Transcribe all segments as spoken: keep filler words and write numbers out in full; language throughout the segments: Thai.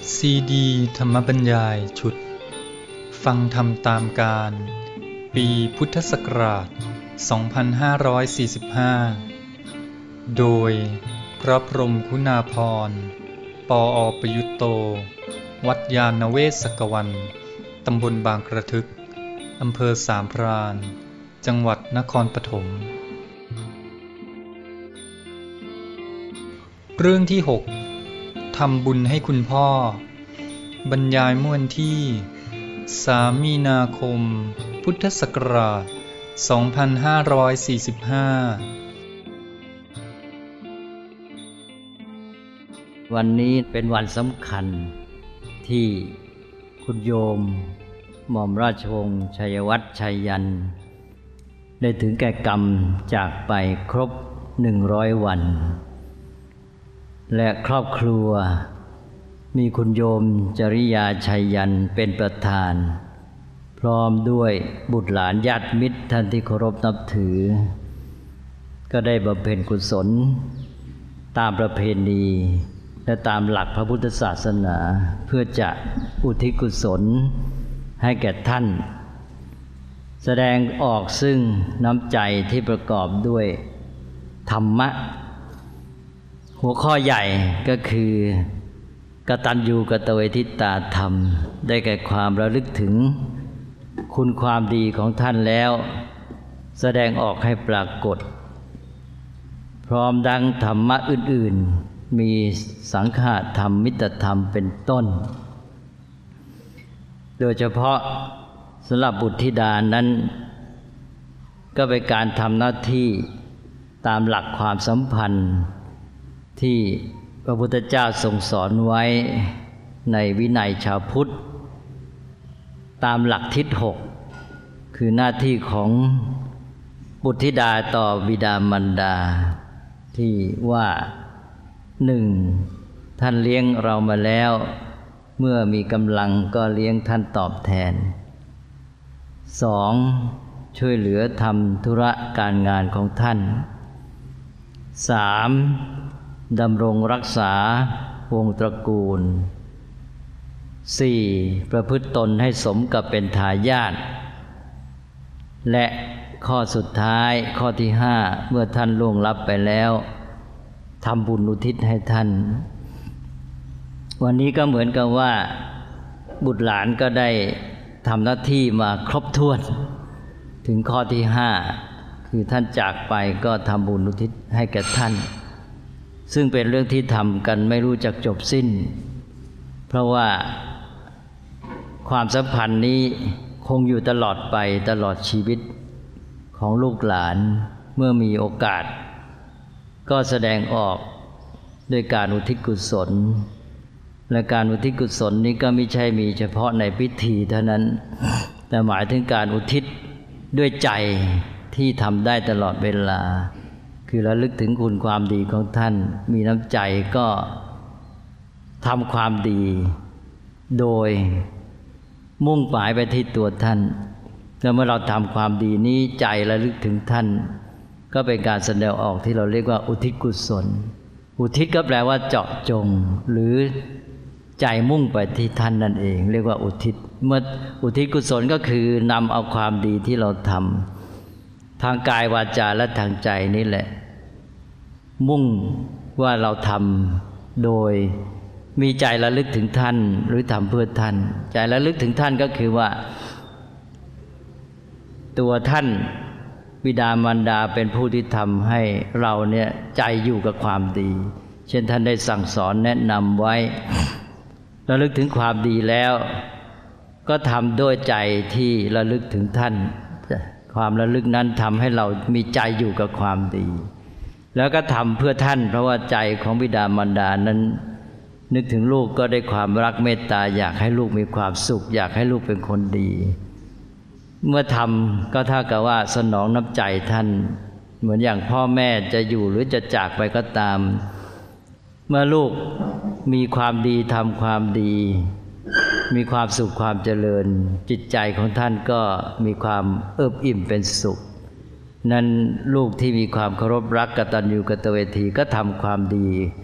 ซีดีธรรมบรรยายชุดฟังธรรมตามการปีพุทธศักราช สองพันห้าร้อยสี่สิบห้า โดยพระพรหมคุณาภรณ์ ปออประยุตโต วัดยานเวศกวัน ตำบลบางกระทึก อำเภอสามพราน จังหวัดนครปฐม เรื่องที่ หก ทำบุญให้คุณพ่อ บรรยายเมื่อวันที่ สาม มีนาคม พุทธศักราช สองพันห้าร้อยสี่สิบห้าวันนี้เป็นวันสำคัญที่คุณโยมหม่อมราชวงศ์ชัยวัฒน์ชัยยันต์ได้ถึงแก่กรรมจากไปครบหนึ่งร้อยวันและครอบครัวมีคุณโยมจริยาชัยยันต์เป็นประธานพร้อมด้วยบุตรหลานญาติมิตรท่านที่เคารพนับถือก็ได้บำเพ็ญกุศลตามประเพณีและตามหลักพระพุทธศาสนาเพื่อจะอุทิศกุศลให้แก่ท่านแสดงออกซึ่งน้ำใจที่ประกอบด้วยธรรมะหัวข้อใหญ่ก็คือกตัญญูกตเวทิตาธรรมได้แก่ความระลึกถึงคุณความดีของท่านแล้วแสดงออกให้ปรากฏพร้อมดังธรรมะอื่นๆมีสังฆธรรมมิตรธรรมเป็นต้นโดยเฉพาะสำหรับบุตรธิดานั้นก็เป็นการทำหน้าที่ตามหลักความสัมพันธ์ที่พระพุทธเจ้าทรงสอนไว้ในวินัยชาวพุทธตามหลักทิศหกคือหน้าที่ของบุตรธิดาต่อบิดามารดาที่ว่าหนึ่งท่านเลี้ยงเรามาแล้วเมื่อมีกำลังก็เลี้ยงท่านตอบแทนสองช่วยเหลือทำธุระการงานของท่านสามดำรงรักษาวงตระกูลสี่ประพฤติตนให้สมกับเป็นทายาทและข้อสุดท้ายข้อที่ห้าเมื่อท่านล่วงลับไปแล้วทำบุญอุทิศให้ท่านวันนี้ก็เหมือนกับว่าบุตรหลานก็ได้ทำหน้าที่มาครบถ้วนถึงข้อที่ห้าคือท่านจากไปก็ทำบุญอุทิศให้แก่ท่านซึ่งเป็นเรื่องที่ทำกันไม่รู้จักจบสิ้นเพราะว่าความสัมพันธ์นี้คงอยู่ตลอดไปตลอดชีวิตของลูกหลานเมื่อมีโอกาสก็แสดงออกด้วยการอุทิศกุศลและการอุทิศกุศลนี้ก็ไม่ใช่มีเฉพาะในพิธีเท่านั้นแต่หมายถึงการอุทิศด้วยใจที่ทำได้ตลอดเวลาคือระลึกถึงคุณความดีของท่านมีน้ำใจก็ทำความดีโดยมุ่งหมายไปที่ตัวท่านแล้วเมื่อเราทำความดีนี้ใจระลึกถึงท่านก็เป็นการแสดงออกที่เราเรียกว่าอุทิศกุศลอุทิศก็แปลว่าเจาะจงหรือใจมุ่งไปที่ท่านนั่นเองเรียกว่าอุทิศเมื่ออุทิศกุศลก็คือนำเอาความดีที่เราทำทางกายวาจาและทางใจนี่แหละมุ่งว่าเราทำโดยมีใจระลึกถึงท่านหรือทำเพื่อท่านใจระลึกถึงท่านก็คือว่าตัวท่านบิดามารดาเป็นผู้ที่ทำให้เราเนี่ยใจอยู่กับความดีเช่นท่านได้สั่งสอนแนะนำไว้ระลึกถึงความดีแล้วก็ทำด้วยใจที่ระลึกถึงท่านความระลึกนั้นทำให้เรามีใจอยู่กับความดีแล้วก็ทำเพื่อท่านเพราะว่าใจของบิดามารดานั้นนึกถึงลูกก็ได้ความรักเมตตาอยากให้ลูกมีความสุขอยากให้ลูกเป็นคนดีเมื่อทำก็เท่ากับว่าสนองน้ำใจท่านเหมือนอย่างพ่อแม่จะอยู่หรือจะจากไปก็ตามเมื่อลูกมีความดีทำความดีมีความสุขความเจริญจิตใจของท่านก็มีความเอิบอิ่มเป็นสุขนั้นลูกที่มีความเคารพรักกตัญญูกตเวทีก็ทำความดี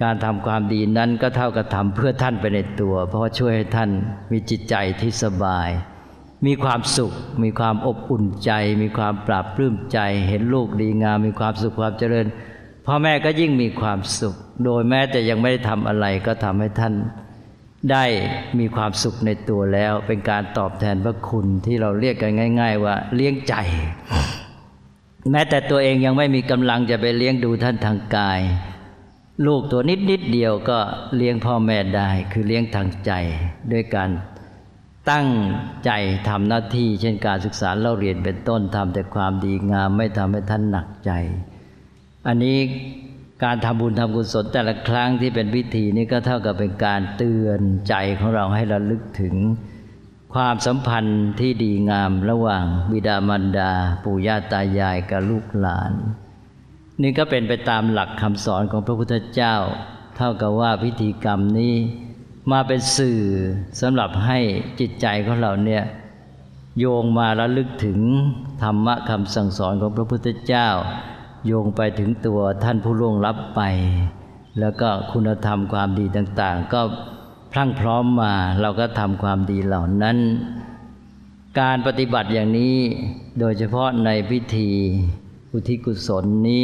การทำความดีนั้นก็เท่ากับทำเพื่อท่านไปในตัวเพราะว่าช่วยให้ท่านมีจิตใจที่สบายมีความสุขมีความอบอุ่นใจมีความปราบปลื้มใจเห็นลูกดีงามมีความสุขความเจริญพ่อแม่ก็ยิ่งมีความสุขโดยแม้แต่ยังไม่ได้ทำอะไรก็ทำให้ท่านได้มีความสุขในตัวแล้วเป็นการตอบแทนพระคุณที่เราเรียกกันง่ายๆว่าเลี้ยงใจแม้แต่ตัวเองยังไม่มีกำลังจะไปเลี้ยงดูท่านทางกายลูกตัวนิดนิดเดียวก็เลี้ยงพ่อแม่ได้คือเลี้ยงทางใจด้วยการตั้งใจทำหน้าที่เช่นการศึกษาเล่าเรียนเป็นต้นทำแต่ความดีงามไม่ทำให้ท่านหนักใจอันนี้การทำบุญทำกุศลแต่ละครั้งที่เป็นพิธีนี้ก็เท่ากับเป็นการเตือนใจของเราให้ระลึกถึงความสัมพันธ์ที่ดีงามระหว่างบิดามารดาปู่ย่าตายายกับลูกหลานนี่ก็เป็นไปตามหลักคำสอนของพระพุทธเจ้าเท่ากับว่าพิธีกรรมนี้มาเป็นสื่อสำหรับให้จิตใจของเราเนี่ยโยงมาระลึกถึงธรรมะคำสั่งสอนของพระพุทธเจ้าโยงไปถึงตัวท่านผู้ล่วงลับไปแล้วก็คุณธรรมความดีต่างๆก็พรั่งพร้อมมาเราก็ทำความดีเหล่านั้นการปฏิบัติอย่างนี้โดยเฉพาะในพิธีอุทิศกุศลนี้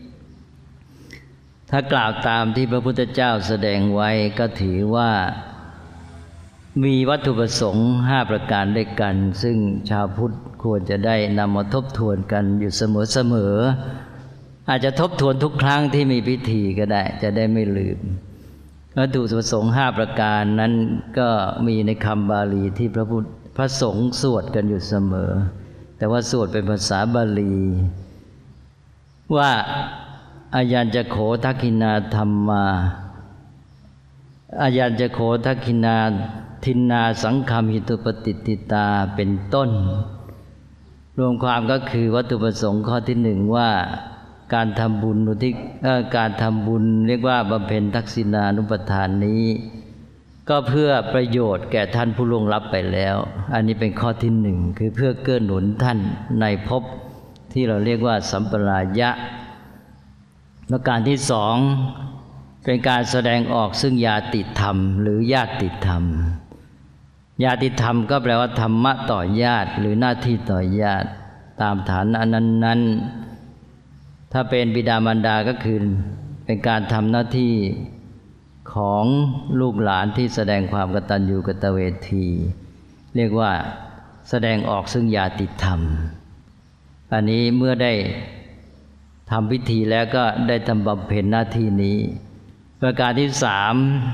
ถ้ากล่าวตามที่พระพุทธเจ้าแสดงไว้ก็ถือว่ามีวัตถุประสงค์ห้าประการด้วยกันซึ่งชาวพุทธควรจะได้นำมาทบทวนกันอยู่เสมอๆอาจจะทบทวนทุกครั้งที่มีพิธีก็ได้จะได้ไม่ลืมวัตถุประสงค์ห้าประการนั้นก็มีในคำบาลีที่พระพุทธพระสงฆ์สวดกันอยู่เสมอแต่ว่าสวดเป็นภาษาบาลีว่าอายัญจโขทักขินาธัมมาอายัญจโขทักขินาทินนาสังคัมหิตุปฏิติตาเป็นต้นรวมความก็คือวัตถุประสงค์ข้อที่หนึ่งว่าการทำบุญอุทิศการทำบุญเรียกว่าบำเพ็ญทักษิณานุปทานนี้ก็เพื่อประโยชน์แก่ท่านผู้ล่วงลับไปแล้วอันนี้เป็นข้อที่หนึ่งคือเพื่อเกื้อหนุนท่านในภพที่เราเรียกว่าสัมปรายะประการที่สองเป็นการแสดงออกซึ่งญาติธรรมหรือญาติธรรมญาติธรรมก็แปลว่าธรรมะต่อญาติหรือหน้าที่ต่อญาติตามฐานะนั้นๆถ้าเป็นบิดามารดาก็คือเป็นการทำหน้าที่ของลูกหลานที่แสดงความกตัญญูกตเวทีเรียกว่าแสดงออกซึ่งญาติธรรมอันนี้เมื่อได้ทำพิธีแล้วก็ได้ทำบำเพ็ญหน้าที่นี้ประการที่สาม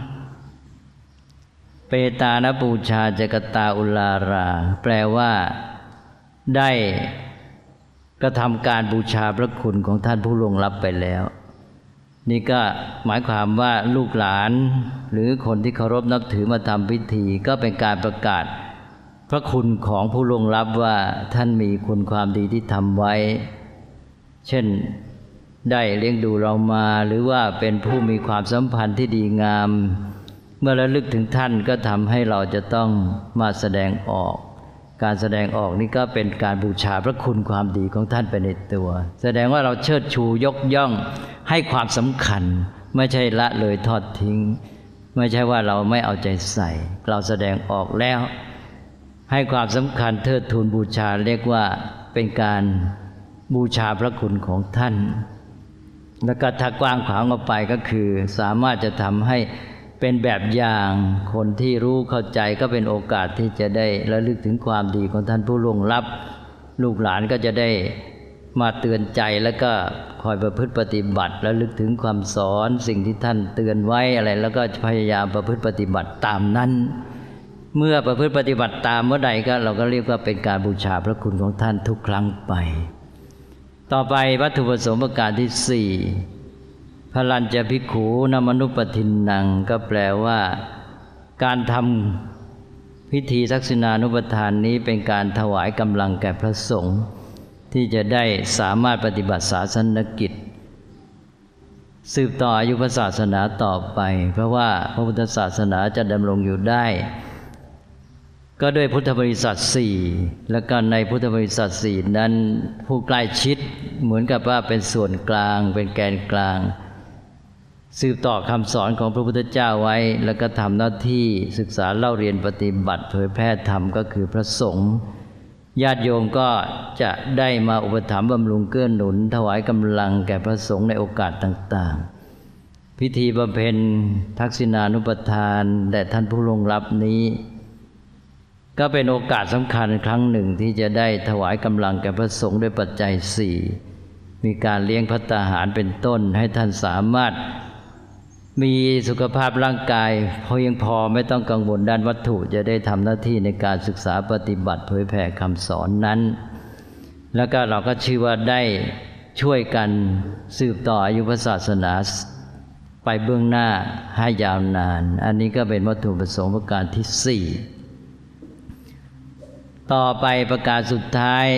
เปตานปูชาจกตาอุลาราแปลว่าได้กระทำการบูชาพระคุณของท่านผู้ล่วงลับไปแล้วนี่ก็หมายความว่าลูกหลานหรือคนที่เคารพนับถือมาทำพิธีก็เป็นการประกาศพระคุณของผู้ล่วงลับว่าท่านมีคุณความดีที่ทำไว้เช่นได้เลี้ยงดูเรามาหรือว่าเป็นผู้มีความสัมพันธ์ที่ดีงามเมื่อระลึกถึงท่านก็ทำให้เราจะต้องมาแสดงออกการแสดงออกนี่ก็เป็นการบูชาพระคุณความดีของท่านไปในตัวแสดงว่าเราเชิดชูยกย่องให้ความสำคัญไม่ใช่ละเลยทอดทิ้งไม่ใช่ว่าเราไม่เอาใจใส่เราแสดงออกแล้วให้ความสำคัญเทิดทูนบูชาเรียกว่าเป็นการบูชาพระคุณของท่านแล้วก็ถ้ากว้างขวางออกไปก็คือสามารถจะทำให้เป็นแบบอย่างคนที่รู้เข้าใจก็เป็นโอกาสที่จะได้ระลึกถึงความดีของท่านผู้ล่วงลับลูกหลานก็จะได้มาเตือนใจแล้วก็คอยประพฤติปฏิบัติระลึกถึงความสอนสิ่งที่ท่านเตือนไว้อะไรแล้วก็พยายามประพฤติปฏิบัติตามนั้นเมื่อประพฤติปฏิบัติตามเมื่อใดก็เราก็เรียกว่าเป็นการบูชาพระคุณของท่านทุกครั้งไปต่อไปวัตถุประสงค์ประการที่สี่พลัญจะภิกขุนมนุปทินนังก็แปลว่าการทำพิธีทักษิณานุปทานนี้เป็นการถวายกำลังแก่พระสงฆ์ที่จะได้สามารถปฏิบัติศาสนกิจสืบต่ออายุพระศาสนาต่อไปเพราะว่าพระพุทธศาสนาจะดำรงอยู่ได้ก็ด้วยพุทธบริษัทสี่แล้วก็ในพุทธบริษัทสี่นั้นผู้ใกล้ชิดเหมือนกับว่าเป็นส่วนกลางเป็นแกนกลางสืบต่อคำสอนของพระพุทธเจ้าไว้แล้วก็ทำหน้าที่ศึกษาเล่าเรียนปฏิบัติเผยแพร่ธรรมก็คือพระสงฆ์ญาติโยมก็จะได้มาอุปถัมภ์บำรุงเกื้อหนุนถวายกำลังแก่พระสงฆ์ในโอกาสต่างๆพิธีบำเพ็ญทักษิณานุปทานแด่ท่านผู้ล่วงลับนี้ก็เป็นโอกาสสำคัญครั้งหนึ่งที่จะได้ถวายกำลังแก่พระสงฆ์ด้วยปัจจัยสี่มีการเลี้ยงภัตตาหารเป็นต้นให้ท่านสามารถมีสุขภาพร่างกายเพียงพอไม่ต้องกังวลด้านวัตถุจะได้ทำหน้าที่ในการศึกษาปฏิบัติเผยแผ่คำสอนนั้นแล้วก็เราก็ชื่อว่าได้ช่วยกันสืบต่ออายุพระศาสนาไปเบื้องหน้าให้ยาวนานอันนี้ก็เป็นวัตถุประสงค์ประการที่สี่ต่อไปประการสุดท้าย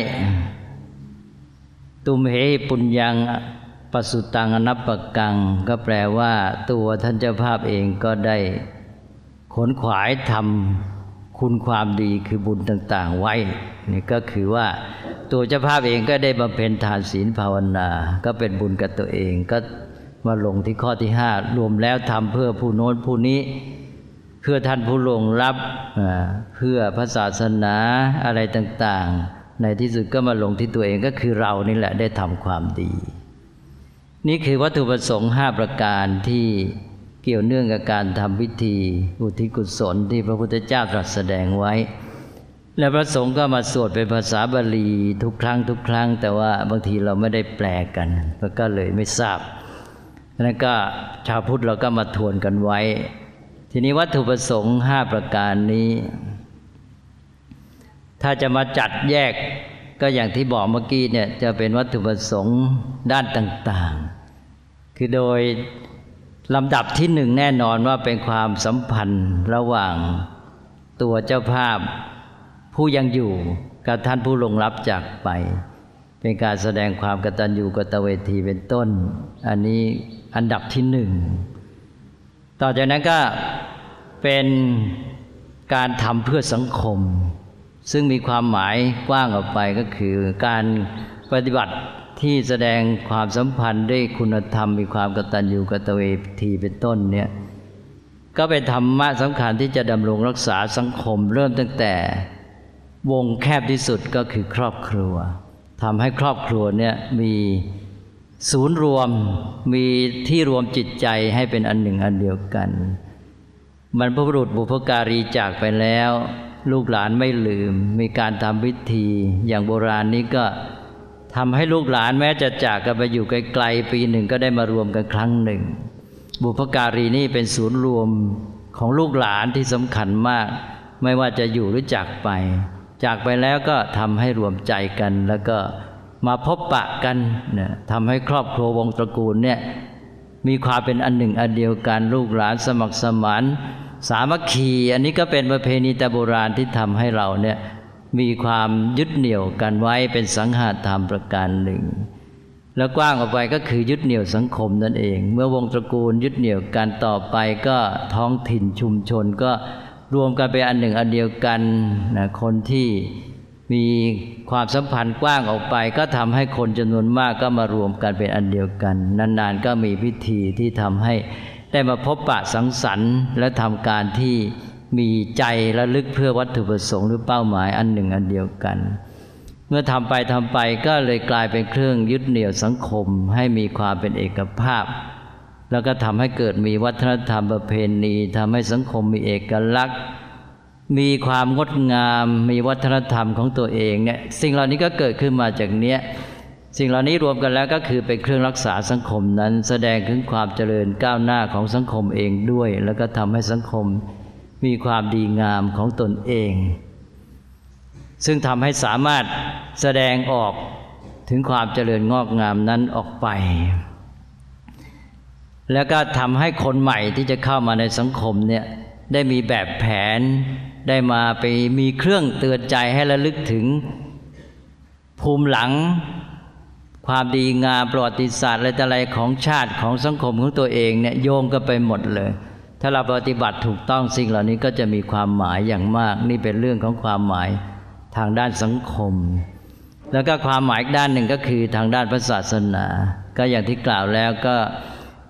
ตุมเหปุญญังปสุตังอนัปปกังก็แปลว่าตัวท่านเจ้าภาพเองก็ได้ขนขวายทำคุณความดีคือบุญต่างๆไว้นี่ก็คือว่าตัวเจ้าภาพเองก็ได้บำเพ็ญทานศีลภาวนาก็เป็นบุญกับตัวเองก็มาลงที่ข้อที่ห้ารวมแล้วทำเพื่อผู้โน้นผู้นี้เพื่อท่านผู้ล่วงลับเพื่อพระศาสนาอะไรต่างๆในที่สุดก็มาลงที่ตัวเองก็คือเรานี่แหละได้ทำความดีนี่คือวัตถุประสงค์ห้าประการที่เกี่ยวเนื่องกับการทำพิธีอุทิศกุศลที่พระพุทธเจ้าตรัสแสดงไว้และพระสงฆ์ก็มาสวดเป็นภาษาบาลีทุกครั้งทุกครั้งแต่ว่าบางทีเราไม่ได้แปลกันก็เลยไม่ทราบแล้วก็ชาวพุทธเราก็มาทวนกันไว้ทีนี้วัตถุประสงค์ห้าประการนี้ถ้าจะมาจัดแยกก็อย่างที่บอกเมื่อกี้เนี่ยจะเป็นวัตถุประสงค์ด้านต่างๆคือโดยลำดับที่หนึ่งแน่นอนว่าเป็นความสัมพันธ์ระหว่างตัวเจ้าภาพผู้ยังอยู่กับท่านผู้ล่วงลับจากไปเป็นการแสดงความกตัญญูกตเวทีเป็นต้นอันนี้อันดับที่หนึ่งต่อจากนั้นก็เป็นการทำเพื่อสังคมซึ่งมีความหมายกว้างออกไปก็คือการปฏิบัติที่แสดงความสัมพันธ์ด้วยคุณธรรมมีความกตัญญูกตเวทีเป็นต้นเนี่ยก็เป็นธรรมะสำคัญที่จะดำรงรักษาสังคมเริ่มตั้งแต่วงแคบที่สุดก็คือครอบครัวทำให้ครอบครัวเนี่ยมีศูนย์รวมมีที่รวมจิตใจให้เป็นอันหนึ่งอันเดียวกันบรรพบุรุษบุพการีจากไปแล้วลูกหลานไม่ลืมมีการทำพิธีอย่างโบราณนี้ก็ทำให้ลูกหลานแม้จะจากกันไปอยู่ไกลๆปีหนึ่งก็ได้มารวมกันครั้งหนึ่งบุพการีนี่เป็นศูนย์รวมของลูกหลานที่สำคัญมากไม่ว่าจะอยู่หรือจากไปจากไปแล้วก็ทำให้รวมใจกันแล้วก็มาพบปะกันเนี่ยทำให้ครอบครัววงตระกูลเนี่ยมีความเป็นอันหนึ่งอันเดียวกันลูกหลานสมัครสมานสามัคคีอันนี้ก็เป็นประเพณีแต่โบราณที่ทำให้เราเนี่ยมีความยึดเหนี่ยวกันไว้เป็นสังฆธรรมประการหนึ่งแล้วกว้างออกไปก็คือยึดเหนี่ยวสังคมนั่นเองเมื่อวงตระกูลยึดเหนี่ยวกันต่อไปก็ท้องถิ่นชุมชนก็รวมกันเป็นอันหนึ่งอันเดียวกันนะคนที่มีความสัมพันธ์กว้างออกไปก็ทำให้คนจำนวนมากก็มารวมกันเป็นอันเดียวกันนานๆก็มีพิธีที่ทำให้ได้มาพบปะสังสรรค์และทำการที่มีใจระลึกเพื่อวัตถุประสงค์หรือเป้าหมายอันหนึ่งอันเดียวกันเมื่อทำไปทำไปก็เลยกลายเป็นเครื่องยึดเหนี่ยวสังคมให้มีความเป็นเอกภาพแล้วก็ทำให้เกิดมีวัฒนธรรมประเพณีทำให้สังคมมีเอกลักษณ์มีความงดงามมีวัฒนธรรมของตัวเองเนี่ยสิ่งเหล่านี้ก็เกิดขึ้นมาจากเนี้ยสิ่งเหล่านี้รวมกันแล้วก็คือเป็นเครื่องรักษาสังคมนั้นแสดงถึงความเจริญก้าวหน้าของสังคมเองด้วยแล้วก็ทำให้สังคมมีความดีงามของตนเองซึ่งทำให้สามารถแสดงออกถึงความเจริญงอกงามนั้นออกไปแล้วก็ทำให้คนใหม่ที่จะเข้ามาในสังคมเนี่ยได้มีแบบแผนได้มาไปมีเครื่องเตือนใจให้ระลึกถึงภูมิหลังความดีงามประวัติศาสตร์อะไรต่ออะไรของชาติของสังคมของตัวเองเนี่ยโยงกันไปหมดเลยถ้าเราปฏิบัติถูกต้องสิ่งเหล่านี้ก็จะมีความหมายอย่างมากนี่เป็นเรื่องของความหมายทางด้านสังคมแล้วก็ความหมายด้านหนึ่งก็คือทางด้านพระศาสนาก็อย่างที่กล่าวแล้วก็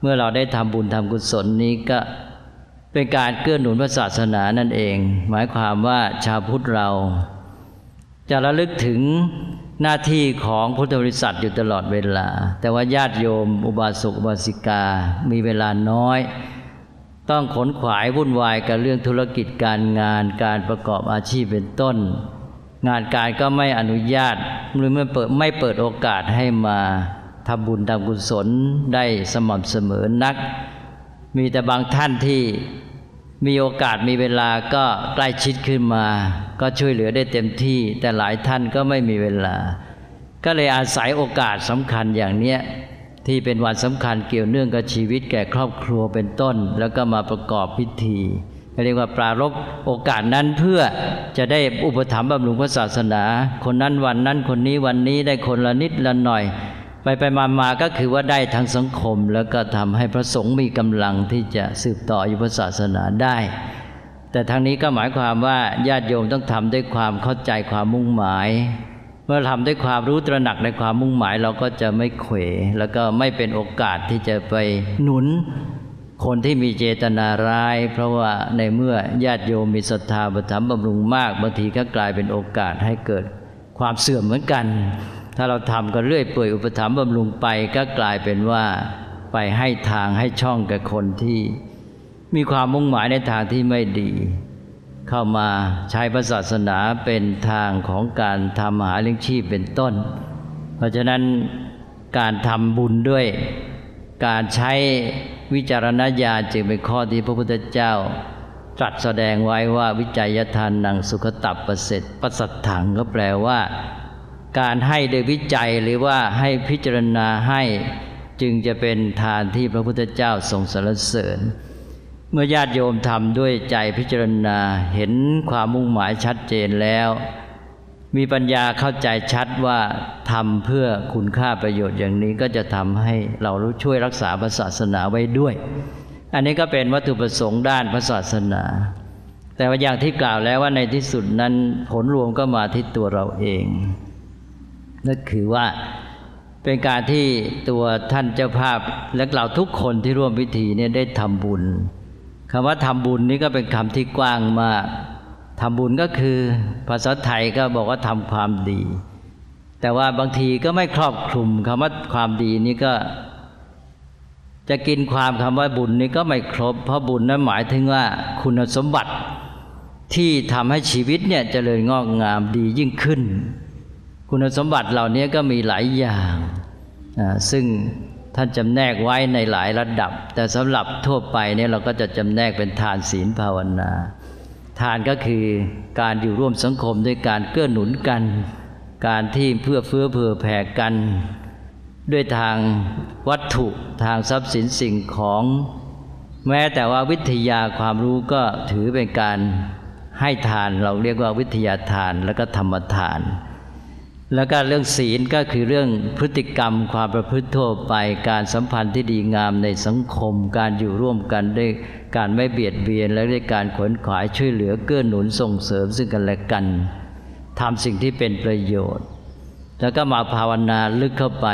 มื่อเราได้ทำบุญทำกุศลนี้ก็เป็นการเกื้อหนุนพระศาสนานั่นเองหมายความว่าชาวพุทธเราจะระลึกถึงหน้าที่ของพุทธบริษัทอยู่ตลอดเวลาแต่ว่าญาติโยมอุบาสกอุบาสิกามีเวลาน้อยต้องขนขวายวุ่นวายกับเรื่องธุรกิจการงานการประกอบอาชีพเป็นต้นงานการก็ไม่อนุญาตหรือไม่เปิดไม่เปิดโอกาสให้มาทำบุญทำกุศลได้สม่ำเสมอนักมีแต่บางท่านที่มีโอกาสมีเวลาก็ใกล้ชิดขึ้นมาก็ช่วยเหลือได้เต็มที่แต่หลายท่านก็ไม่มีเวลาก็เลยอาศัยโอกาสสำคัญอย่างเนี้ยที่เป็นวันสำคัญเกี่ยวเนื่องกับชีวิตแก่ครอบครัวเป็นต้นแล้วก็มาประกอบพิธีเรียกว่าปรารภโอกาสนั้นเพื่อจะได้อุปถัมภ์บำรุงพระศาสนาคนนั้นวันนั้นคนนี้วันนี้ได้คนละนิดละหน่อยไปไปมามาก็คือว่าได้ทั้งสังคมแล้วก็ทำให้พระสงฆ์มีกำลังที่จะสืบต่ออายุพระศาสนาได้แต่ทางนี้ก็หมายความว่าญาติโยมต้องทำด้วยความเข้าใจความมุ่งหมายเมื่อทำด้วยความรู้ตระหนักในความมุ่งหมายเราก็จะไม่เขวแล้วก็ไม่เป็นโอกาสที่จะไปหนุนคนที่มีเจตนาร้ายเพราะว่าในเมื่อญาติโยมมีศรัทธาอุปถัมภ์บำรุงมากบางทีก็กลายเป็นโอกาสให้เกิดความเสื่อมเหมือนกันถ้าเราทำกันเรื่อยเปื่อยอุปถัมภ์บำรุงไปก็กลายเป็นว่าไปให้ทางให้ช่องกับคนที่มีความมุ่งหมายในทางที่ไม่ดีเข้ามาใช้พระศาสนาเป็นทางของการทำหาเลี้ยงชีพเป็นต้นเพราะฉะนั้นการทำบุญด้วยการใช้วิจารณญาณจึงเป็นข้อที่พระพุทธเจ้าตรัสแสดงไว้ว่าวิจัยทานนังสุขตัปปะเสร็จปัสสัทถังก็แปลว่าการให้โดยวิจัยหรือว่าให้พิจารณาให้จึงจะเป็นทานที่พระพุทธเจ้าทรงสรรเสริญเมื่อญาติโยมทำด้วยใจพิจารณาเห็นความมุ่งหมายชัดเจนแล้วมีปัญญาเข้าใจชัดว่าทำเพื่อคุณค่าประโยชน์อย่างนี้ก็จะทำให้เรารู้ช่วยรักษาพระศาสนาไว้ด้วยอันนี้ก็เป็นวัตถุประสงค์ด้านพระศาสนาแต่ว่าอย่างที่กล่าวแล้วว่าในที่สุดนั้นผลรวมก็มาที่ตัวเราเองนั่นคือว่าเป็นการที่ตัวท่านเจ้าภาพและเราทุกคนที่ร่วมพิธีเนี่ยได้ทำบุญคำว่าทำบุญนี้ก็เป็นคำที่กว้างมากทำบุญก็คือภาษาไทยก็บอกว่าทำความดีแต่ว่าบางทีก็ไม่ครอบคลุมคำว่าความดีนี้ก็จะกินความคำว่าบุญนี้ก็ไม่ครบเพราะบุญนั้นหมายถึงว่าคุณสมบัติที่ทำให้ชีวิตเนี่ยเจริญงอกงามดียิ่งขึ้นคุณสมบัติเหล่านี้ก็มีหลายอย่างซึ่งท่านจำแนกไว้ในหลายระดับแต่สำหรับทั่วไปเนี่ยเราก็จะจำแนกเป็นทานศีลภาวนาทานก็คือการอยู่ร่วมสังคมด้วยการเกื้อหนุนกันการที่เพื่อเฟื้อเผื่อแผ่กันด้วยทางวัตถุทางทรัพย์สินสิ่งของแม้แต่ว่าวิทยาความรู้ก็ถือเป็นการให้ทานเราเรียกว่าวิทยาทานแล้วก็ธรรมทานแล้วก็เรื่องศีลก็คือเรื่องพฤติกรรมความประพฤติทั่วไปการสัมพันธ์ที่ดีงามในสังคมการอยู่ร่วมกันด้วยการไม่เบียดเบียนและด้วยการขวนขวายช่วยเหลือเกื้อหนุนส่งเสริมซึ่งกันและกันทำสิ่งที่เป็นประโยชน์แล้วก็มาภาวนาลึกเข้าไป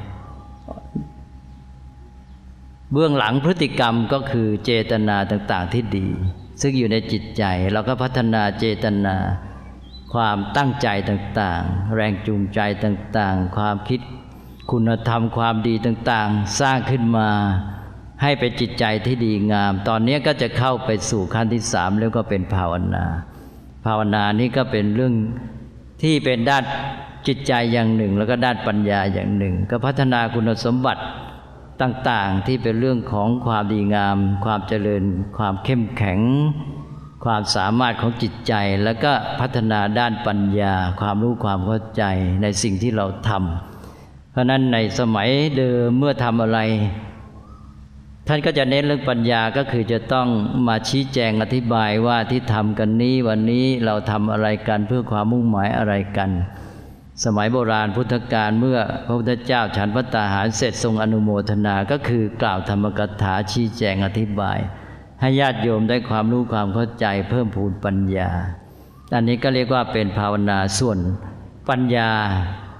เบื้องหลังพฤติกรรมก็คือเจตนาต่างๆที่ดีซึ่งอยู่ในจิตใจเราก็พัฒนาเจตนาความตั้งใจต่างๆแรงจูงใจต่างๆความคิดคุณธรรมความดีต่างๆสร้างขึ้นมาให้เป็นจิตใจที่ดีงามตอนนี้ก็จะเข้าไปสู่ขั้นที่สามแล้วก็เป็นภาวนาภาวนานี้ก็เป็นเรื่องที่เป็นด้านจิตใจอย่างหนึ่งแล้วก็ด้านปัญญาอย่างหนึ่งก็พัฒนาคุณสมบัติต่างๆที่เป็นเรื่องของความดีงามความเจริญความเข้มแข็งความสามารถของจิตใจแล้วก็พัฒนาด้านปัญญาความรู้ความเข้าใจในสิ่งที่เราทำเพราะนั้นในสมัยเดิมเมื่อทำอะไรท่านก็จะเน้นเรื่องปัญญาก็คือจะต้องมาชี้แจงอธิบายว่าที่ทำกันนี้วันนี้เราทำอะไรกันเพื่อความมุ่งหมายอะไรกันสมัยโบราณพุทธกาลเมื่อพระพุทธเจ้าฉันภัตตาหารเสร็จทรงอนุโมทนาก็คือกล่าวธรรมกถาชี้แจงอธิบายให้ญาติโยมได้ความรู้ความเข้าใจเพิ่มพูนปัญญาอันนี้ก็เรียกว่าเป็นภาวนาส่วนปัญญา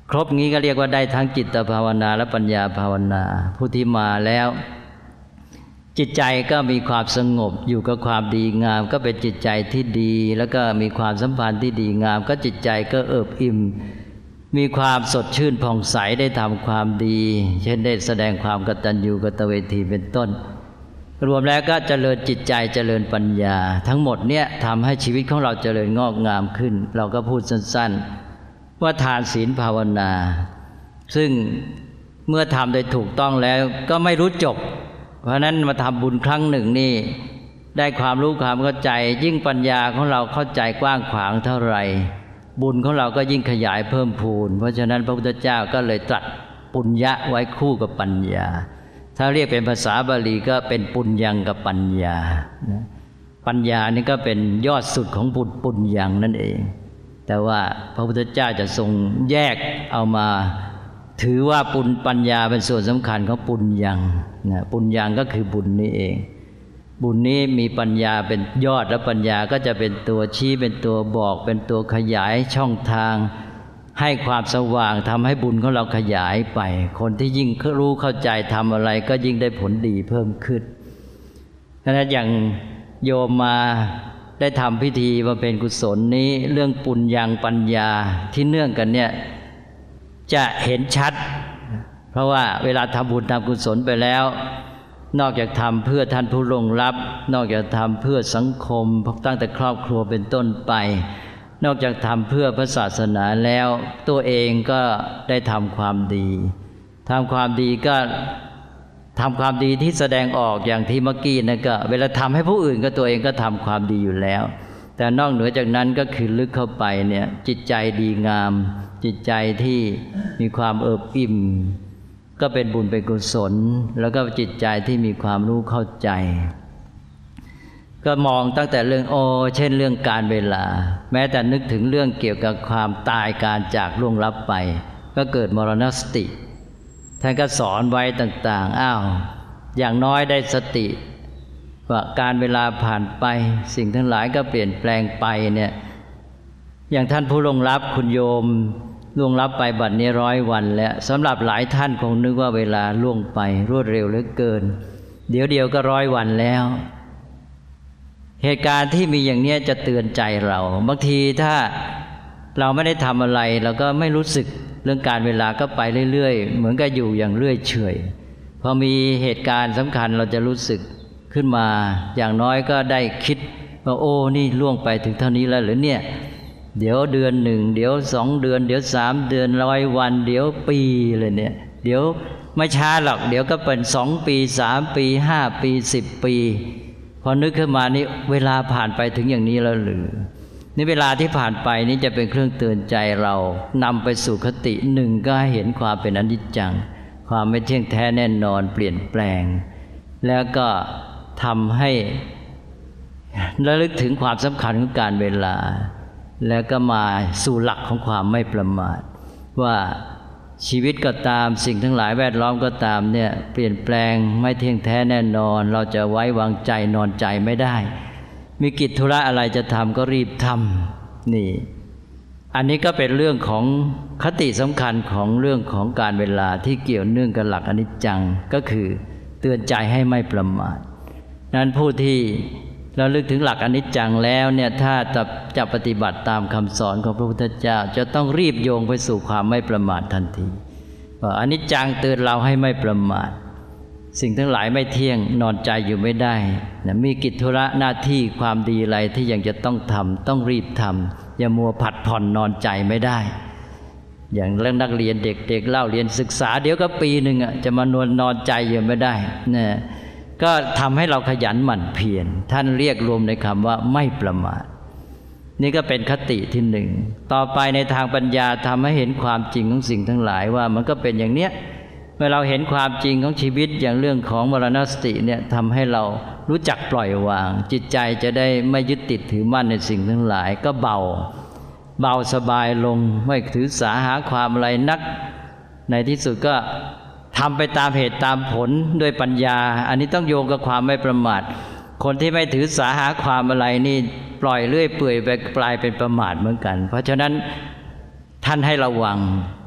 ครบงี้ก็เรียกว่าได้ทั้งจิตภาวนาและปัญญาภาวนาผู้ที่มาแล้วจิตใจก็มีความสงบอยู่กับความดีงามก็เป็นจิตใจที่ดีแล้วก็มีความสัมพันธ์ที่ดีงามก็จิตใจก็เอิบอิ่มมีความสดชื่นผ่องใสได้ทำความดีเช่นได้แสดงความกตัญญูกตเวทีเป็นต้นรวมแล้วก็เจริญจิตใจเจริญปัญญาทั้งหมดเนี่ยทำให้ชีวิตของเราเจริญงอกงามขึ้นเราก็พูดสั้นๆว่าทานศีลภาวนาซึ่งเมื่อทำโดยถูกต้องแล้วก็ไม่รู้จบเพราะนั้นมาทำบุญครั้งหนึ่งนี่ได้ความรู้ความเข้าใจยิ่งปัญญาของเราเข้าใจกว้างขวางเท่าไหร่บุญของเราก็ยิ่งขยายเพิ่มพูนเพราะฉะนั้นพระพุทธเจ้าก็เลยตรัสปุญญะไว้คู่กับปัญญาถ้าเรียกเป็นภาษาบาลีก็เป็นปุญญังกับปัญญาปัญญานี่ก็เป็นยอดสุดของบุญปุญญังนั่นเองแต่ว่าพระพุทธเจ้าจะทรงแยกเอามาถือว่าปุญปัญญาเป็นส่วนสำคัญของปุญญังนะปุญญังก็คือบุญนี่เองบุญนี้มีปัญญาเป็นยอดและปัญญาก็จะเป็นตัวชี้เป็นตัวบอกเป็นตัวขยายช่องทางให้ความสว่างทำให้บุญของเราขยายไปคนที่ยิ่งรู้เข้าใจทำอะไรก็ยิ่งได้ผลดีเพิ่มขึ้นดังนั้นอย่างโยมมาได้ทำพิธีบำเพ็ญกุศลนี้เรื่องปุญญังปัญญาที่เนื่องกันเนี่ยจะเห็นชัดเพราะว่าเวลาทำบุญทำกุศลไปแล้วนอกจากทำเพื่อท่านผู้ล่วงลับนอกจากทำเพื่อสังคมตั้งแต่ครอบครัวเป็นต้นไปนอกจากทำเพื่อพระศาสนาแล้วตัวเองก็ได้ทำความดีทำความดีก็ทำความดีที่แสดงออกอย่างที่เมื่อกี้นะก็เวลาทำให้ผู้อื่นก็ตัวเองก็ทำความดีอยู่แล้วแต่นอกเหนือจากนั้นก็คือลึกเข้าไปเนี่ยจิตใจดีงามจิตใจที่มีความเอิบอิ่มก็เป็นบุญเป็นกุศลแล้วก็จิตใจที่มีความรู้เข้าใจก็มองตั้งแต่เรื่องโอเช่นเรื่องการเวลาแม้แต่นึกถึงเรื่องเกี่ยวกับความตายการจากล่วงลับไปก็เกิดมรณสติท่านก็สอนไว้ต่างๆอ้าวอย่างน้อยได้สติว่าการเวลาผ่านไปสิ่งทั้งหลายก็เปลี่ยนแปลงไปเนี่ยอย่างท่านผู้ล่วงลับคุณโยมล่วงลับไปบัดนี้ร้อยวันแล้วสำหรับหลายท่านคงนึกว่าเวลาล่วงไปรวดเร็วเหลือเกินเดี๋ยวเดียวก็ร้อยวันแล้วเหตุการณ์ที่มีอย่างนี้จะเตือนใจเราบางทีถ้าเราไม่ได้ทำอะไรเราก็ไม่รู้สึกเรื่องการเวลาก็ไปเรื่อยๆเหมือนกับอยู่อย่างเรื่อยเฉยพอมีเหตุการณ์สำคัญเราจะรู้สึกขึ้นมาอย่างน้อยก็ได้คิดว่าโอ้นี่ล่วงไปถึงเท่านี้แล้วหรือเนี่ยเดี๋ยวเดือนหนึ่งเดี๋ยวสองเดือนเดี๋ยวสามเดือนร้อยวันเดี๋ยวปีเลยเนี่ยเดี๋ยวไม่ช้าหรอกเดี๋ยวก็เป็นสองปีสามปีห้าปีสิบปีพอนึกขึ้นมานี่เวลาผ่านไปถึงอย่างนี้แล้วหรือนี่เวลาที่ผ่านไปนี้จะเป็นเครื่องเตือนใจเรานำไปสู่คติหนึ่งก็ให้เห็นความเป็นอนิจจังความไม่เที่ยงแท้แน่นอนเปลี่ยนแปลงแล้วก็ทำให้ระลึกถึงความสำคัญของการเวลาแล้วก็มาสู่หลักของความไม่ประมาทว่าชีวิตก็ตามสิ่งทั้งหลายแวดล้อมก็ตามเนี่ยเปลี่ยนแปลงไม่เที่ยงแท้แน่นอนเราจะไว้วางใจนอนใจไม่ได้มีกิจธุระอะไรจะทำก็รีบทำนี่อันนี้ก็เป็นเรื่องของคติสำคัญของเรื่องของการเวลาที่เกี่ยวเนื่องกับหลักอนิจจังก็คือเตือนใจให้ไม่ประมาทนั้นผู้ที่เราลึกถึงหลักอนิจจังแล้วเนี่ยถ้าจะจะปฏิบัติตามคำสอนของพระพุทธเจ้าจะต้องรีบโยงไปสู่ความไม่ประมาททันทีว่าอนิจจังเตือนเราให้ไม่ประมาทสิ่งทั้งหลายไม่เที่ยงนอนใจอยู่ไม่ได้นะมีกิจธุระหน้าที่ความดีอะไรที่ยังจะต้องทำต้องรีบทำอย่ามัวผัดผ่อนนอนใจไม่ได้อย่างเรื่องนักเรียนเด็กๆเล่าเรียนศึกษาเดี๋ยวก็ปีหนึ่งอ่ะจะมานอนนอนใจอยู่ไม่ได้นะก็ทำให้เราขยันหมั่นเพียรท่านเรียกรวมในคำว่าไม่ประมาทนี่ก็เป็นคติที่หนึ่งต่อไปในทางปัญญาทำให้เห็นความจริงของสิ่งทั้งหลายว่ามันก็เป็นอย่างเนี้ยเมื่อเราเห็นความจริงของชีวิตอย่างเรื่องของมรณสติเนี่ยทำให้เรารู้จักปล่อยวางจิตใจจะได้ไม่ยึดติดถือมั่นในสิ่งทั้งหลายก็เบาเบาสบายลงไม่ถือสาหาความอะไรนักในที่สุดก็ทำไปตามเหตุตามผลด้วยปัญญาอันนี้ต้องโยงกับความไม่ประมาทคนที่ไม่ถือสาหาความอะไรนี่ปล่อยเรื่อยเปื่อยไปกลายเป็นประมาทเหมือนกันเพราะฉะนั้นท่านให้ระวัง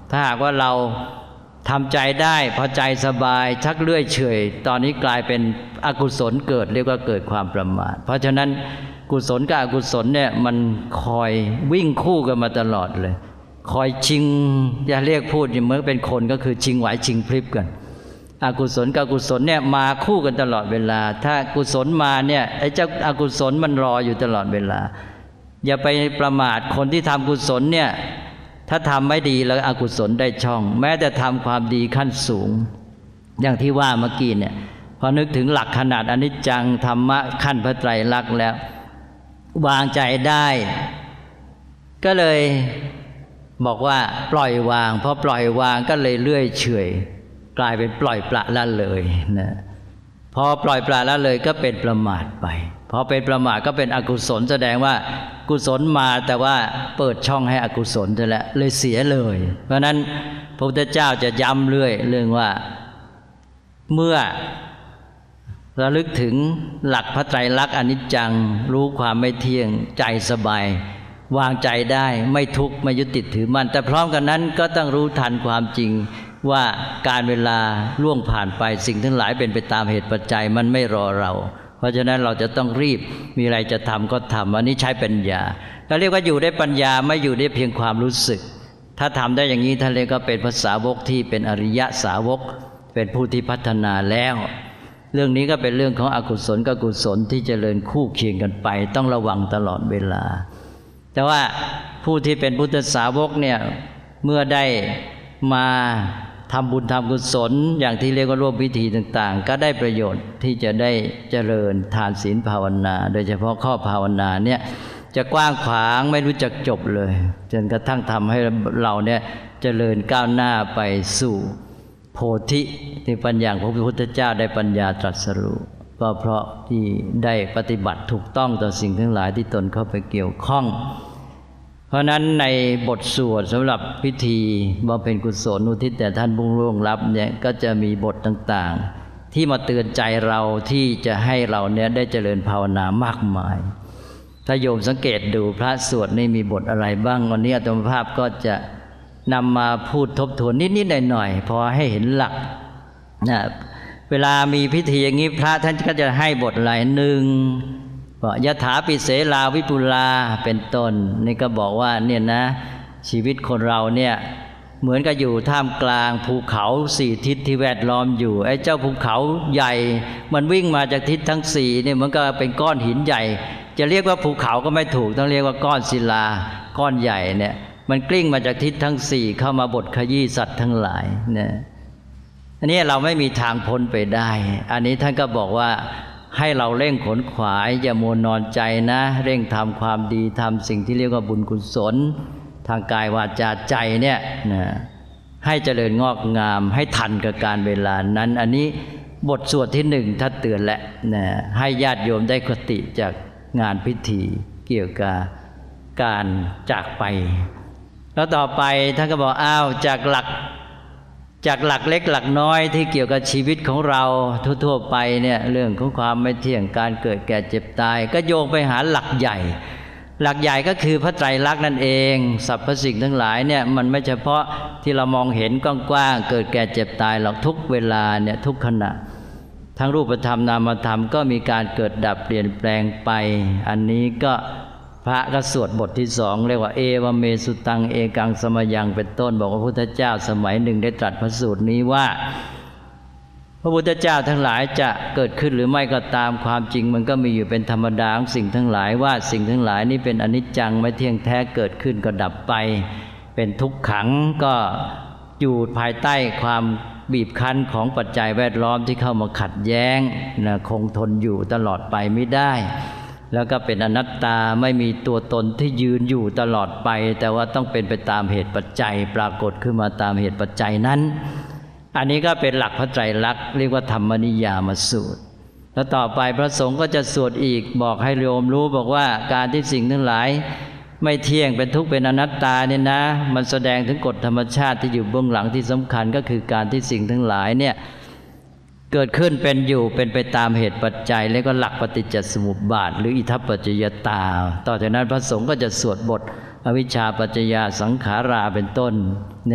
ถ้าหากว่าเราทำใจได้พอใจสบายชักเลื่อยเฉยตอนนี้กลายเป็นอกุศลเกิดเรียกว่าเกิดความประมาทเพราะฉะนั้นกุศลกับอกุศลเนี่ยมันคอยวิ่งคู่กันมาตลอดเลยคอยชิงอย่าเรียกพูดเหมือนเป็นคนก็คือชิงไหวชิงพริบกันอกุศลกับอกุศลเนี่ยมาคู่กันตลอดเวลาถ้ากุศลมาเนี่ยไอ้เจ้าอกุศลมันรออยู่ตลอดเวลาอย่าไปประมาทคนที่ทำกุศลเนี่ยถ้าทำไม่ดีแล้วอกุศลได้ช่องแม้แต่ทำความดีขั้นสูงอย่างที่ว่าเมื่อกี้เนี่ยพอนึกถึงหลักขนาดอนิจจังธรรมะขั้นพระไตรลักษณ์แล้ววางใจได้ก็เลยบอกว่าปล่อยวางพอปล่อยวางก็เลยเลื่อยเฉยกลายเป็นปล่อยปละละเลยนะพอปล่อยปละละเลยก็เป็นประมาทไปพอเป็นประมาทก็เป็นอกุศลแสดงว่ากุศลมาแต่ว่าเปิดช่องให้อกุศลจะแล้วเลยเสียเลยเพราะนั้นพระพุทธเจ้าจะย้ำเรื่อยเรื่องว่าเมื่อระลึกถึงหลักพระไตรลักษณ์อนิจจังรู้ความไม่เที่ยงใจสบายวางใจได้ไม่ทุกข์ไม่ยึดติดถือมั่นแต่พร้อมกันนั้นก็ต้องรู้ทันความจริงว่าการเวลาล่วงผ่านไปสิ่งทั้งหลายเป็นไปตามเหตุปัจจัยมันไม่รอเราเพราะฉะนั้นเราจะต้องรีบมีอะไรจะทำก็ทำอันนี้ใช้ปัญญาเราเรียกว่าอยู่ได้ปัญญาไม่อยู่ได้เพียงความรู้สึกถ้าทำได้อย่างนี้ท่านเรียกก็เป็นภาษาวกที่เป็นอริยสาวกเป็นผู้ที่พัฒนาแล้วเรื่องนี้ก็เป็นเรื่องของอกุศลกับกุศลที่เจริญคู่เคียงกันไปต้องระวังตลอดเวลาแต่ว่าผู้ที่เป็นพุทธสาวกเนี่ยเมื่อได้มาทำบุญทำกุศลอย่างที่เรียกว่าร่วมพิธีต่างๆก็ได้ประโยชน์ที่จะได้เจริญทานศีลภาวนาโดยเฉพาะข้อภาวนาเนี่ยจะกว้างขวางไม่รู้จักจบเลยจนกระทั่งทำให้เราเนี่ยเจริญก้าวหน้าไปสู่โพธิที่ปัญญาของพระพุทธเจ้าได้ปัญญาตรัสรู้ก็เพราะที่ได้ปฏิบัติถูกต้องต่อสิ่งทั้งหลายที่ตนเข้าไปเกี่ยวข้องเพราะนั้นในบทสวดสำหรับพิธีบำเพ็ญกุศลอุทิศแต่ท่านผู้ล่วงลับเนี่ยก็จะมีบทต่างๆที่มาเตือนใจเราที่จะให้เราเนี่ยได้เจริญภาวนามากมายถ้าโยมสังเกตดูพระสวดนี่มีบทอะไรบ้างวันนี้อาตมาภาพก็จะนำมาพูดทบทวนนิดๆหน่อยๆพอให้เห็นหลักนะเวลามีพิธีอย่างนี้พระท่านก็จะให้บทหลายหนึ่งยถาปิเสลาวิปุลาเป็นต้นนี่ก็บอกว่าเนี่ยนะชีวิตคนเราเนี่ยเหมือนกับอยู่ท่ามกลางภูเขาสี่ทิศที่แวดล้อมอยู่ไอ้เจ้าภูเขาใหญ่มันวิ่งมาจากทิศทั้งสี่เนี่ยมันก็เป็นก้อนหินใหญ่จะเรียกว่าภูเขาก็ไม่ถูกต้องเรียกว่าก้อนศิลาก้อนใหญ่เนี่ยมันกลิ้งมาจากทิศทั้งสี่เข้ามาบดขยี้สัตว์ทั้งหลายเนี่ยอันนี้เราไม่มีทางพ้นไปได้อันนี้ท่านก็บอกว่าให้เราเร่งขนขวายอย่ามัวนอนใจนะเร่งทำความดีทำสิ่งที่เรียกว่าบุญกุศลทางกายวาจาใจเนี่ยนะให้เจริญงอกงามให้ทันกับการเวลานั้นอันนี้บทสวดที่หนึ่งท่านเตือนแล้วนะให้ญาติโยมได้คติจากงานพิธีเกี่ยวกับการจากไปแล้วต่อไปท่านก็บอกอ้าวจากหลักจากหลักเล็กหลักน้อยที่เกี่ยวกับชีวิตของเราทั่วๆไปเนี่ยเรื่องของความไม่เที่ยงการเกิดแก่เจ็บตายก็โยงไปหาหลักใหญ่หลักใหญ่ก็คือพระไตรลักษณ์นั่นเองสรรพสิ่งทั้งหลายเนี่ยมันไม่เฉพาะที่เรามองเห็นกว้างๆเกิดแก่เจ็บตายหรอกทุกเวลาเนี่ยทุกขณะทั้งรูปธรรมนามธรรมก็มีการเกิดดับเปลี่ยนแปลงไปอันนี้ก็พระก็สวดบทที่สองเรียกว่าเอวเมสุตังเอกังสมยังเป็นต้นบอกว่าพระพุทธเจ้าสมัยหนึ่งได้ตรัสพระสูตรนี้ว่าพระพุทธเจ้าทั้งหลายจะเกิดขึ้นหรือไม่ก็ตามความจริงมันก็มีอยู่เป็นธรรมดาของสิ่งทั้งหลายว่าสิ่งทั้งหลายนี้เป็นอนิจจังไม่เที่ยงแท้เกิดขึ้นก็ดับไปเป็นทุกขังก็อยู่ภายใต้ความบีบคั้นของปัจจัยแวดล้อมที่เข้ามาขัดแย้งนะคงทนอยู่ตลอดไปไม่ได้แล้วก็เป็นอนัตตาไม่มีตัวตนที่ยืนอยู่ตลอดไปแต่ว่าต้องเป็นไปตามเหตุปัจจัยปรากฏขึ้นมาตามเหตุปัจจัยนั้นอันนี้ก็เป็นหลักพระไตรลักษณ์เรียกว่าธรรมนิยามสูตรแล้วต่อไปพระสงฆ์ก็จะสวดอีกบอกให้โยมรู้บอกว่าการที่สิ่งทั้งหลายไม่เที่ยงเป็นทุกข์เป็นอนัตตาเนี่ยนะมันแสดงถึงกฎธรรมชาติที่อยู่เบื้องหลังที่สำคัญก็คือการที่สิ่งทั้งหลายเนี่ยเกิดขึ้นเป็นอยู่เป็นไปตามเหตุปัจจัยแล้วก็หลักปฏิจจสมุปบาทหรืออิทัปปัจจยตาต่อจากนั้นพระสงฆ์ก็จะสวดบทอวิชชาปัจจยาสังขาราเป็นต้นเนี่ย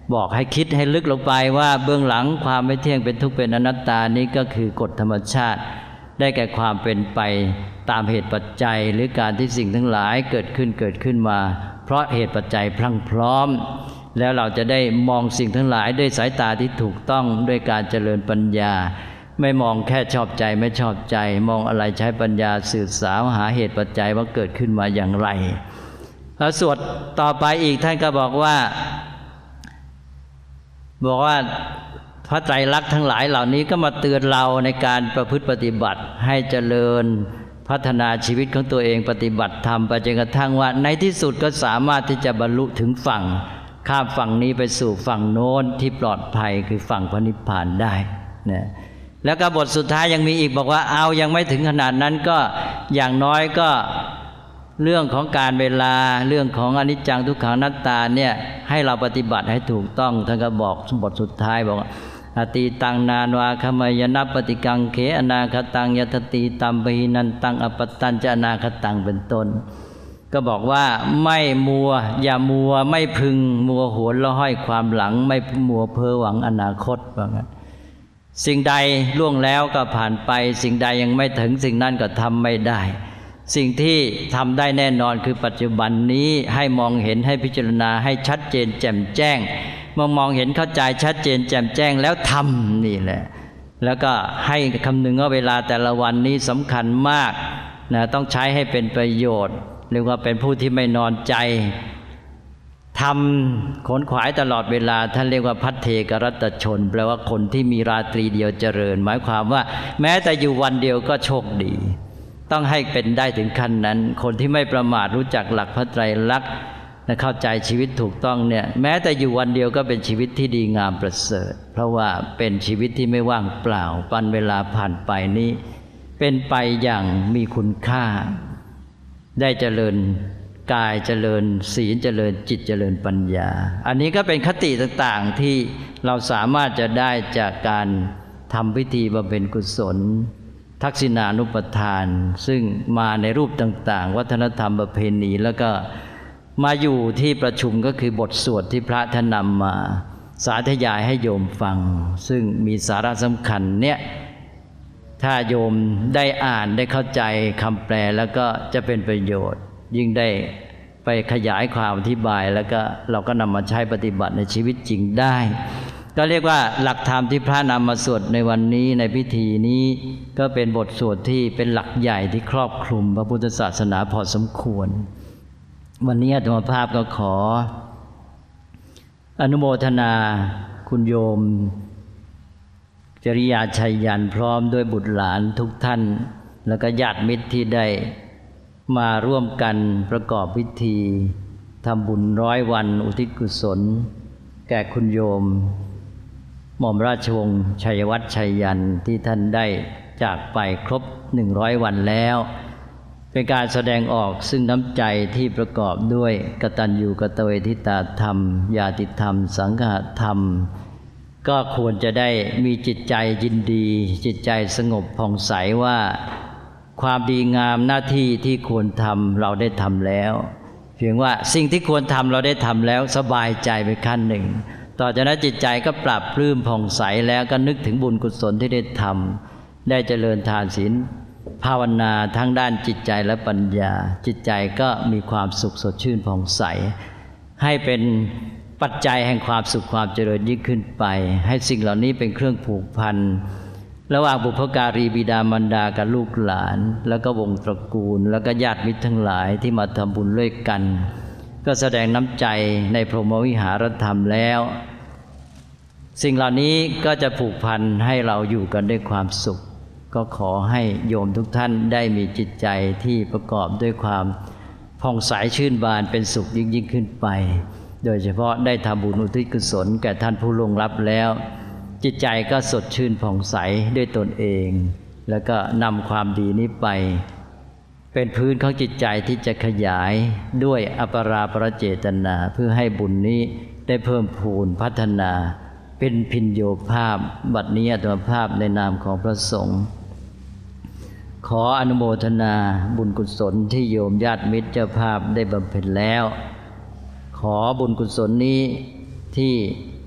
บอกให้คิดให้ลึกลงไปว่าเบื้องหลังความไม่เที่ยงเป็นทุกข์เป็นอนัตตานี้ก็คือกฎธรรมชาติได้แก่ความเป็นไปตามเหตุปัจจัยหรือการที่สิ่งทั้งหลายเกิดขึ้นเกิดขึ้นมาเพราะเหตุปัจจัยพรั่งพร้อมแล้วเราจะได้มองสิ่งทั้งหลายด้วยสายตาที่ถูกต้องด้วยการเจริญปัญญาไม่มองแค่ชอบใจไม่ชอบใจมองอะไรใช้ปัญญาสืบสาวหาเหตุปัจจัยว่าเกิดขึ้นมาอย่างไรแล้วสวดต่อไปอีกท่านก็บอกว่าบอกว่าพระไตรลักษณ์ทั้งหลายเหล่านี้ก็มาเตือนเราในการประพฤติปฏิบัติให้เจริญพัฒนาชีวิตของตัวเองปฏิบัติธรรมไปจนกระทั่งว่าในที่สุดก็สามารถที่จะบรรลุถึงฝั่งข้ามฝั่งนี้ไปสู่ฝั่งโน้นที่ปลอดภัยคือฝั่งพระนิพพานได้นะแล้วก็บทสุดท้ายยังมีอีกบอกว่าเอายังไม่ถึงขนาดนั้นก็อย่างน้อยก็เรื่องของการเวลาเรื่องของอนิจจังทุกขังอนัตตาเนี่ยให้เราปฏิบัติให้ถูกต้องท่านก็บอกบทสุดท้ายบอกอติตังนานวาคมยนัปปฏิกังเขอนาคตังยตติตัมปหินันตังอปตัญจอนาคตังเป็นต้นก็บอกว่าไม่มัวอย่ามัวไม่พึงมัวโหนละห้อยความหลังไม่มัวเพ้อหวังอนาคตว่างั้นสิ่งใดล่วงแล้วก็ผ่านไปสิ่งใดยังไม่ถึงสิ่งนั้นก็ทำไม่ได้สิ่งที่ทำได้แน่นอนคือปัจจุบันนี้ให้มองเห็นให้พิจารณาให้ชัดเจนแจ่มแจ้งมองมองเห็นเข้าใจชัดเจนแจ่มแจ้งแล้วทำนี่แหละแล้วก็ให้คำนึงว่าเวลาแต่ละวันนี้สำคัญมากนะต้องใช้ให้เป็นประโยชน์เรียกว่าเป็นผู้ที่ไม่นอนใจทำขนขวายตลอดเวลาท่านเรียกว่าพัทเทกรัตชนแปลว่าคนที่มีราตรีเดียวเจริญหมายความว่าแม้แต่อยู่วันเดียวก็โชคดีต้องให้เป็นได้ถึงขั้นนั้นคนที่ไม่ประมาทรู้จักหลักพระไตรลักษณ์และเข้าใจชีวิตถูกต้องเนี่ยแม้แต่อยู่วันเดียวก็เป็นชีวิตที่ดีงามประเสริฐเพราะว่าเป็นชีวิตที่ไม่ว่างเปล่าปันเวลาผ่านไปนี้เป็นไปอย่างมีคุณค่าได้เจริญกายเจริญศีลเจริญจิตเจริญปัญญาอันนี้ก็เป็นคติต่างๆที่เราสามารถจะได้จากการทำพิธีบำเพ็ญกุศลทักษิณานุปทานซึ่งมาในรูปต่างๆวัฒนธรรมประเพณีแล้วก็มาอยู่ที่ประชุมก็คือบทสวดที่พระท่านนำมาสาธยายให้โยมฟังซึ่งมีสาระสำคัญเนี่ยถ้าโยมได้อ่านได้เข้าใจคำแปลแล้วก็จะเป็นประโยชน์ยิ่งได้ไปขยายความอธิบายแล้วก็เราก็นำมาใช้ปฏิบัติในชีวิตจริงได้ก็เรียกว่าหลักธรรมที่พระนำมาสวดในวันนี้ในพิธีนี้ก็เป็นบทสวดที่เป็นหลักใหญ่ที่ครอบคลุมพระพุทธศาสนาพอสมควรวันนี้อาตมาภาพก็ขออนุโมทนาคุณโยมจริยาชัยยันพร้อมด้วยบุตรหลานทุกท่านแล้วก็ญาติมิตรที่ได้มาร่วมกันประกอบพิธีทำบุญร้อยวันอุทิศกุศลแก่คุณโยมหม่อมราชวงศ์ชัยวัฒน์ชัยยันที่ท่านได้จากไปครบหนึ่งร้อยวันแล้วเป็นการแสดงออกซึ่งน้ำใจที่ประกอบด้วยกตัญญูกตเวทิตาธรรมญาติธรรมสังฆธรรมก็ควรจะได้มีจิตใจยินดีจิตใจสงบผ่องใสว่าความดีงามหน้าที่ที่ควรทำเราได้ทำแล้วเพียงว่าสิ่งที่ควรทำเราได้ทำแล้วสบายใจไปขั้นหนึ่งต่อจากนั้นจิตใจก็ปรับปลื้มผ่องใสแล้วก็นึกถึงบุญกุศลที่ได้ทำได้เจริญทานศีลภาวนาทั้งด้านจิตใจและปัญญาจิตใจก็มีความสุขสดชื่นผ่องใสให้เป็นปัจจัยแห่งความสุขความเจริญยิ่งขึ้นไปให้สิ่งเหล่านี้เป็นเครื่องผูกพันระหว่างบุพการีบิดามารดากับลูกหลานแล้วก็วงตระกูลแล้วก็ญาติมิตรทั้งหลายที่มาทำบุญด้วยกันก็แสดงน้ำใจในพรหมวิหารธรรมแล้วสิ่งเหล่านี้ก็จะผูกพันให้เราอยู่กันด้วยความสุขก็ขอให้โยมทุกท่านได้มีจิตใจที่ประกอบด้วยความผ่องใสชื่นบานเป็นสุขยิ่งยิ่งขึ้นไปโดยเฉพาะได้ทำบุญอุทิศกุศลแก่ท่านผู้ล่วงลับแล้วจิตใจก็สดชื่นผ่องใสด้วยตนเองแล้วก็นำความดีนี้ไปเป็นพื้นของจิตใจที่จะขยายด้วยอปราประเจตนาเพื่อให้บุญนี้ได้เพิ่มพูนพัฒนาเป็นพินโยภาพบัดนี้อาตมาภาพในนามของพระสงฆ์ขออนุโมทนาบุญกุศลที่โยมญาติมิตรเจ้าภาพได้บำเพ็ญแล้วขอบุญกุศลนี้ที่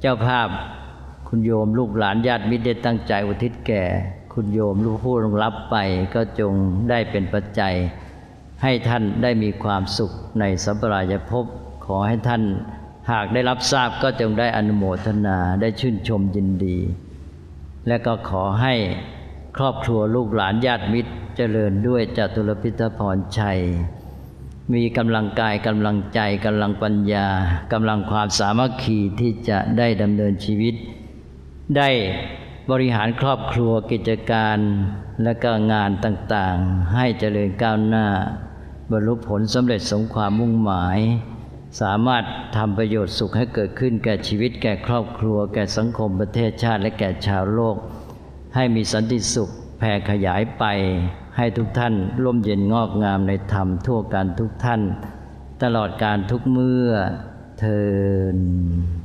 เจ้าภาพคุณโยมลูกหลานญาติมิตรได้ตั้งใจอุทิศแก่คุณโยมลูกผู้รับไปก็จงได้เป็นปัจจัยให้ท่านได้มีความสุขในสัมปรายภพขอให้ท่านหากได้รับทราบก็จงได้อนุโมทนาได้ชื่นชมยินดีและก็ขอให้ครอบครัวลูกหลานญาติมิตรเจริญด้วยจตุรพิทพรชัยมีกำลังกายกำลังใจกำลังปัญญากำลังความสามัคคีที่จะได้ดำเนินชีวิตได้บริหารครอบครัวกิจการและก็งานต่างๆให้เจริญก้าวหน้าบรรลุผลสำเร็จสมความมุ่งหมายสามารถทำประโยชน์สุขให้เกิดขึ้นแก่ชีวิตแก่ครอบครัวแก่สังคมประเทศชาติและแก่ชาวโลกให้มีสันติสุขแผ่ขยายไปให้ทุกท่านร่มเย็นงอกงามในธรรมทั่วกันทุกท่านตลอดการทุกเมื่อเทอญ